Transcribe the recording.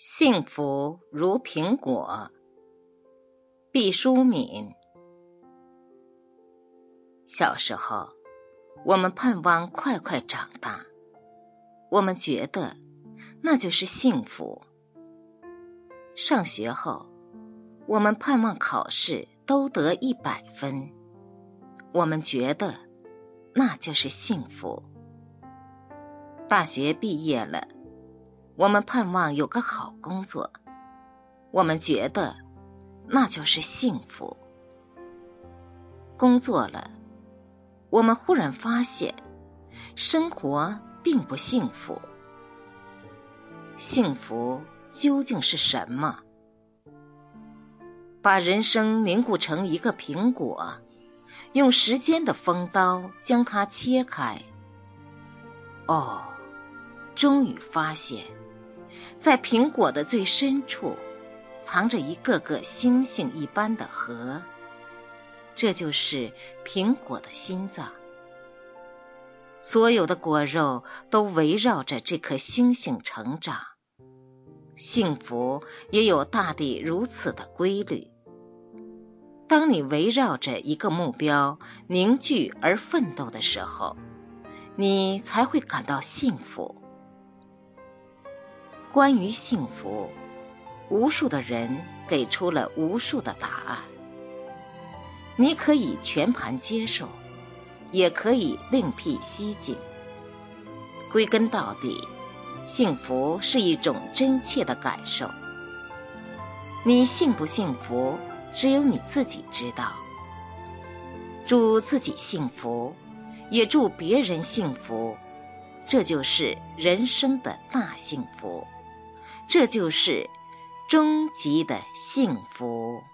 幸福如苹果。毕淑敏。小时候，我们盼望快快长大，我们觉得那就是幸福。上学后，我们盼望考试都得100分，我们觉得那就是幸福。大学毕业了，我们盼望有个好工作，我们觉得那就是幸福。工作了，我们忽然发现生活并不幸福。幸福究竟是什么？把人生凝固成一个苹果，用时间的锋刀将它切开。终于发现，在苹果的最深处，藏着一个个星星一般的核，这就是苹果的心脏。所有的果肉都围绕着这颗星星成长。幸福也有大地如此的规律。当你围绕着一个目标凝聚而奋斗的时候，你才会感到幸福。关于幸福，无数的人给出了无数的答案。你可以全盘接受，也可以另辟蹊径。归根到底，幸福是一种真切的感受。你幸不幸福，只有你自己知道。祝自己幸福，也祝别人幸福，这就是人生的大幸福，这就是终极的幸福。